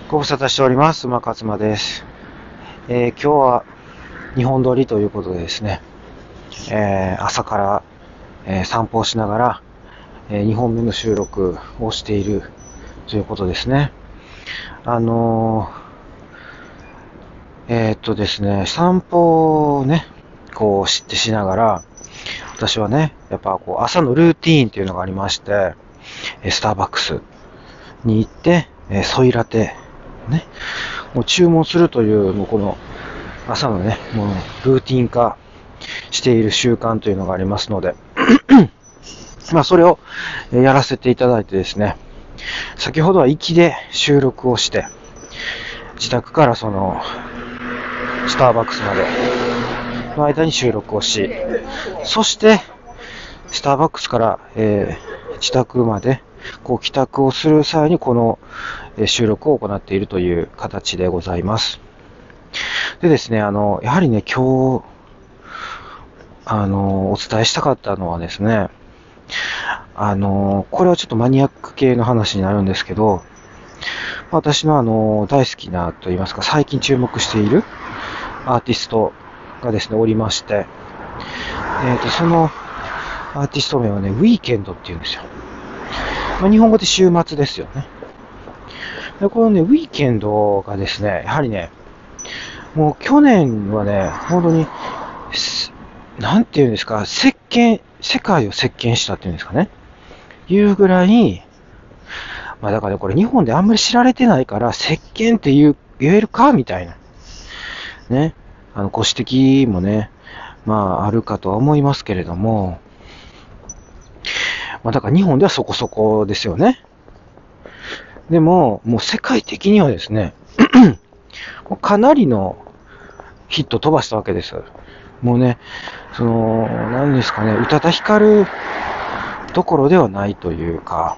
ご無沙汰しております。馬勝間です。今日は日本撮りということでですね、朝から、散歩をしながら、2本目の収録をしているということですね。ですね、散歩をね、こうしながら、私はね、やっぱこう朝のルーティーンっていうのがありまして、スターバックスに行って、ソイラテ、ね、もう注文するという、もうこの朝のね、もうルーティン化している習慣というのがありますので、まあそれをやらせていただいてですね、先ほどは行きで収録をして、自宅からその、スターバックスまでの間に収録をし、そして、スターバックスから、自宅まで、こう帰宅をする際にこの収録を行っているという形でございます。でですね、やはりね、今日、お伝えしたかったのはですね、これはちょっとマニアック系の話になるんですけど、私の大好きなと言いますか、最近注目しているアーティストがですね、おりまして、そのアーティスト名はね、ウィーケンドって言うんですよ。日本語で週末ですよね。でこのね、ウィーケンドがですね、やはりね、もう去年はね、本当に、なんていうんですか、世界を席巻したっていうんですかね。いうぐらい、まあだからこれ日本であんまり知られてないから、席巻って言えるかみたいな。ね。ご指摘もね、まああるかとは思いますけれども、まあだから日本ではそこそこですよね。でも、もう世界的にはですね、かなりのヒット飛ばしたわけです。もうね、何ですかね、宇多田ヒカルどころではないというか、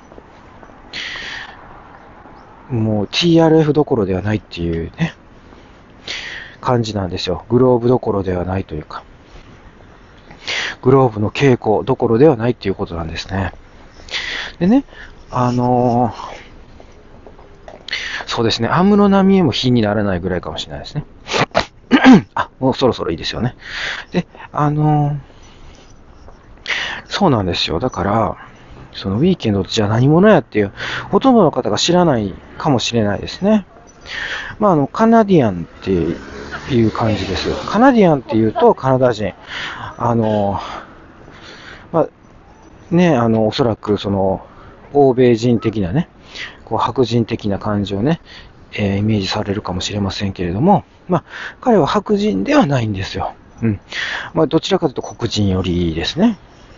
もう TRF どころではないっていうね、感じなんですよ。グローブどころではないというか、グローブの稽古どころではないっていうことなんですね。でね、そうですね、安室奈美恵も比にならないぐらいかもしれないですね。あ、もうそろそろいいですよね。で、そうなんですよ。だから、そのウィーケンドってじゃあ何者やっていう、ほとんどの方が知らないかもしれないですね。まあ、カナディアンっていう感じです。カナディアンっていうとカナダ人。まあ、ね、おそらくその、欧米人的なね、こう白人的な感じをね、イメージされるかもしれませんけれども、まあ、彼は白人ではないんですよ。うん。まあ、どちらかというと黒人よりですね。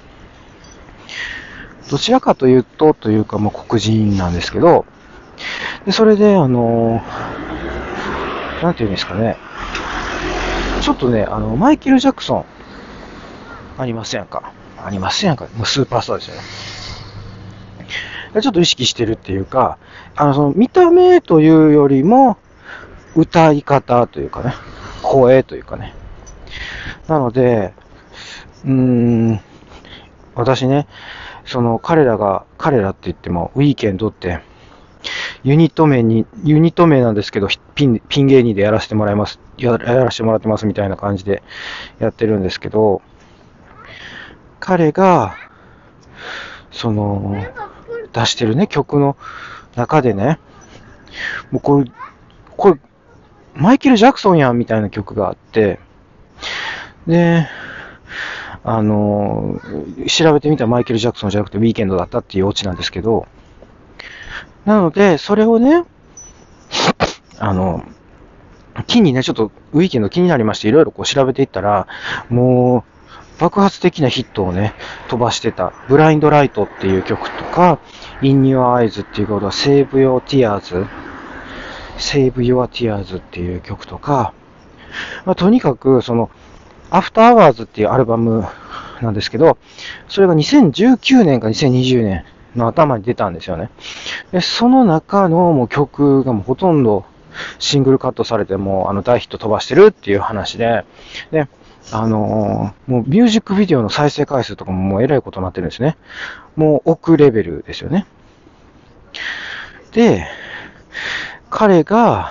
どちらかというと、というか、もう黒人なんですけど、でそれで、なんていうんですかね、ちょっとね、マイケル・ジャクソン、ありますやんか。ありますやんか。もうスーパースターですよね。ちょっと意識してるっていうか、その見た目というよりも、歌い方というかね、声というかね。なので、私ね、彼らって言っても、ウィーケンドって、ユニット名なんですけど、ピン芸人でやらせてもらってますみたいな感じでやってるんですけど、彼が、出してるね、曲の中でね、もうこれ、マイケル・ジャクソンやんみたいな曲があって、で、調べてみたらマイケル・ジャクソンじゃなくてウィーケンドだったっていうオチなんですけど、なので、それをね、気にね、ちょっとウィーケンド気になりまして、いろいろこう調べていったら、もう、爆発的なヒットをね、飛ばしてた、ブラインドライトっていう曲とか、In Your Eyes っていうことは、Save Your Tears っていう曲とか、まあ、とにかく、After Hours っていうアルバムなんですけど、それが2019年か2020年の頭に出たんですよね。で、その中のもう曲がもうほとんどシングルカットされても大ヒット飛ばしてるっていう話で、で、もうミュージックビデオの再生回数とかももうえらいことになってるんですね。もう億レベルですよね。で、 彼が、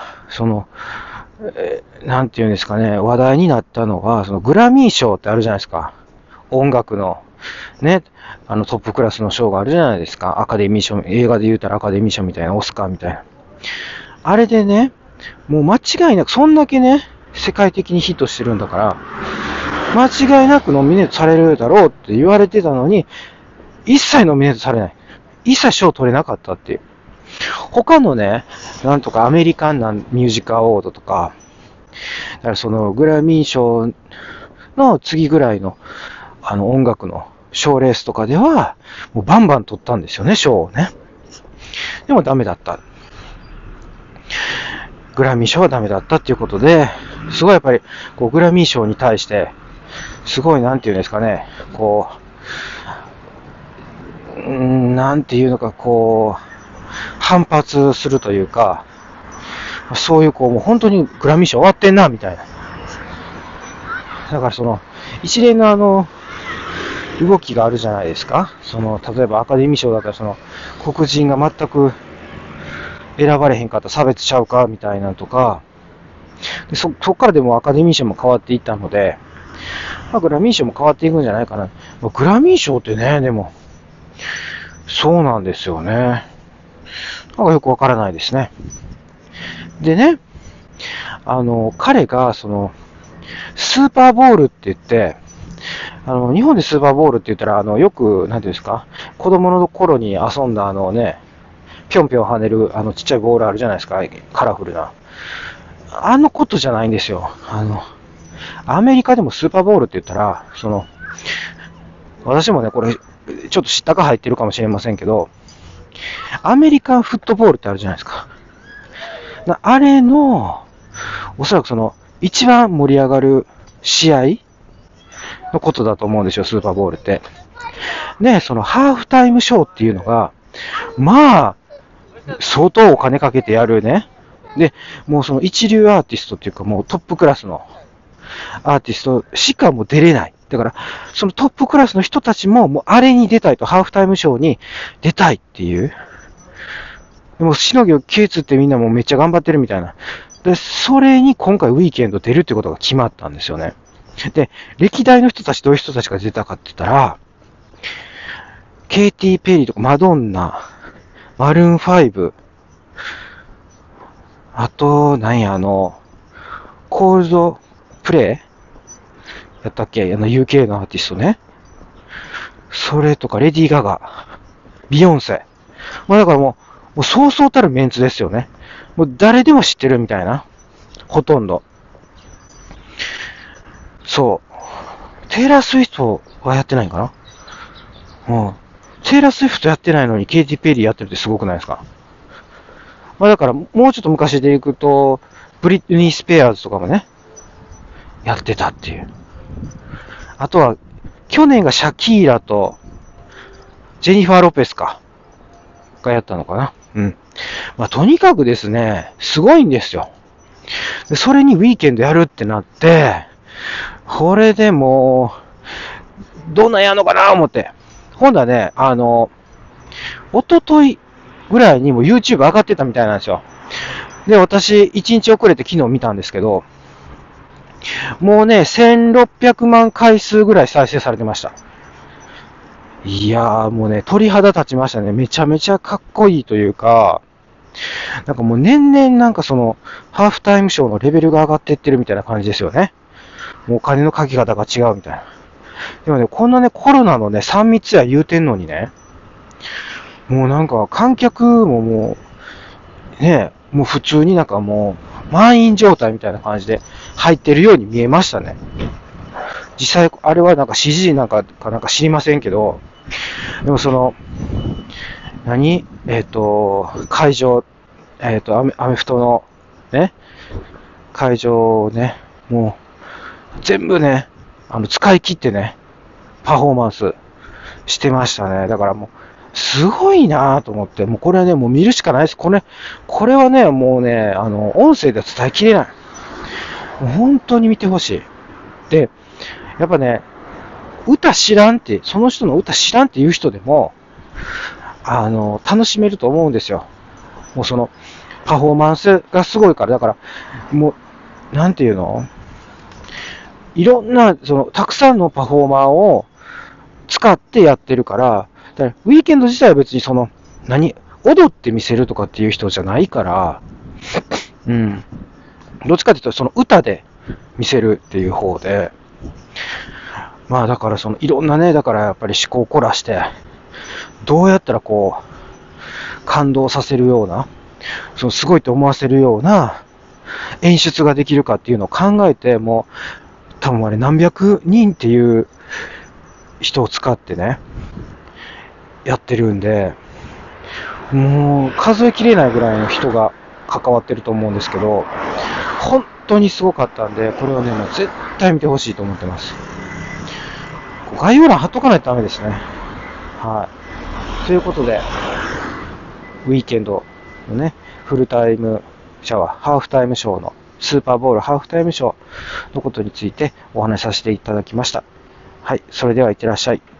なんていうんですかね、話題になったのが、グラミー賞ってあるじゃないですか。音楽の、ね、トップクラスの賞があるじゃないですか。アカデミー賞、映画で言うたらアカデミー賞みたいな、オスカーみたいな。あれでね、もう間違いなく、そんだけね、世界的にヒットしてるんだから、間違いなくノミネートされるだろうって言われてたのに、一切ノミネートされない。一切賞取れなかったっていう。他のね、なんとかアメリカンなミュージックアワードとか、だからそのグラミー賞の次ぐらいの音楽の賞レースとかでは、もうバンバン取ったんですよね、賞をね。でもダメだった。グラミー賞はダメだったっていうことで、すごいやっぱり、こう、グラミー賞に対して、すごいなんていうんですかね、こう、なんていうのか、こう、反発するというか、そういうこう、もう本当にグラミー賞終わってんな、みたいな。だからその、一連の動きがあるじゃないですか。例えばアカデミー賞だったら黒人が全く選ばれへんかった差別ちゃうか、みたいなとか、でそこからでもアカデミー賞も変わっていったので、まあ、グラミー賞も変わっていくんじゃないかな。グラミー賞ってね、でも、そうなんですよね。なんかよくわからないですね。でね、彼が、スーパーボールって言って、日本でスーパーボールって言ったら、よく、なんていうんですか、子供の頃に遊んだね、ぴょんぴょん跳ねる、ちっちゃいボールあるじゃないですか、カラフルな。ことじゃないんですよ。アメリカでもスーパーボールって言ったら、私もね、これ、ちょっと知ったか入ってるかもしれませんけど、アメリカンフットボールってあるじゃないですか。あれの、おそらく一番盛り上がる試合のことだと思うんですよ、スーパーボールって。で、ハーフタイムショーっていうのが、まあ、相当お金かけてやるね。で、もう一流アーティストっていうかもうトップクラスのアーティストしかもう出れない。だから、そのトップクラスの人たちももうあれに出たいと、ハーフタイムショーに出たいっていう。でもしのぎを消えつってみんなもうめっちゃ頑張ってるみたいな。で、それに今回ウィーケンド出るってことが決まったんですよね。で、歴代の人たちどういう人たちが出たかって言ったら、ケイティ・ペリーとかマドンナ、マルーン5、あと、コールドプレイやったっけUK のアーティストね。それとか、レディー・ガガ、ビヨンセ。まあだからもうそうそうたるメンツですよね。もう誰でも知ってるみたいな。ほとんど。そう。テイラー・スウィフトはやってないんかな。うん。テイラー・スウィフトやってないのにケイティ・ペリーやってるってすごくないですか。まあだから、もうちょっと昔でいくと、ブリトニー・スペアーズとかもね、やってたっていう。あとは、去年がシャキーラと、ジェニファー・ロペスか。がやったのかな。うん。まあとにかくですね、すごいんですよ。でそれにウィーケンドやるってなって、これでもう、どんなんやんのかな思って。今度はね、一昨日ぐらいにも YouTube 上がってたみたいなんですよ。で、私、1日遅れて昨日見たんですけど、もうね、1600万回数ぐらい再生されてました。いやー、もうね、鳥肌立ちましたね。めちゃめちゃかっこいいというか、なんかもう年々なんかハーフタイムショーのレベルが上がっていってるみたいな感じですよね。もうお金のかけ方が違うみたいな。でもね、こんなね、コロナのね、3密や言うてんのにね、もうなんか観客ももう、ね、もう普通になんかもう満員状態みたいな感じで入ってるように見えましたね。実際、あれはなんか CG なんか知りませんけど、でも会場、アメフトのね、会場をね、もう全部ね、使い切ってね、パフォーマンスしてましたね。だからもう、すごいなぁと思って、もうこれはね、もう見るしかないです。これはね、もうね、音声では伝えきれない。もう本当に見てほしい。で、やっぱね、歌知らんって、その人の歌知らんっていう人でも、楽しめると思うんですよ。 もうその、パフォーマンスがすごいから、だから、もう、なんていうの？いろんな、たくさんのパフォーマーを使ってやってるから、だからウィーケンド自体は別に踊って見せるとかっていう人じゃないから、うん。どっちかっていうと、その歌で見せるっていう方で、まあだからいろんなね、だからやっぱり思考を凝らして、どうやったらこう、感動させるような、すごいと思わせるような演出ができるかっていうのを考えて、もう、多分あれ何百人っていう人を使ってね、やってるんで、もう数えきれないぐらいの人が関わってると思うんですけど、本当にすごかったんで、これをね、もう絶対見てほしいと思ってます。概要欄貼っとかないとダメですね。はい。ということで、ウィーケンドのね、フルタイムシャワー、ハーフタイムショーのスーパーボールハーフタイムショーのことについてお話しさせていただきました。はい。それではいってらっしゃい。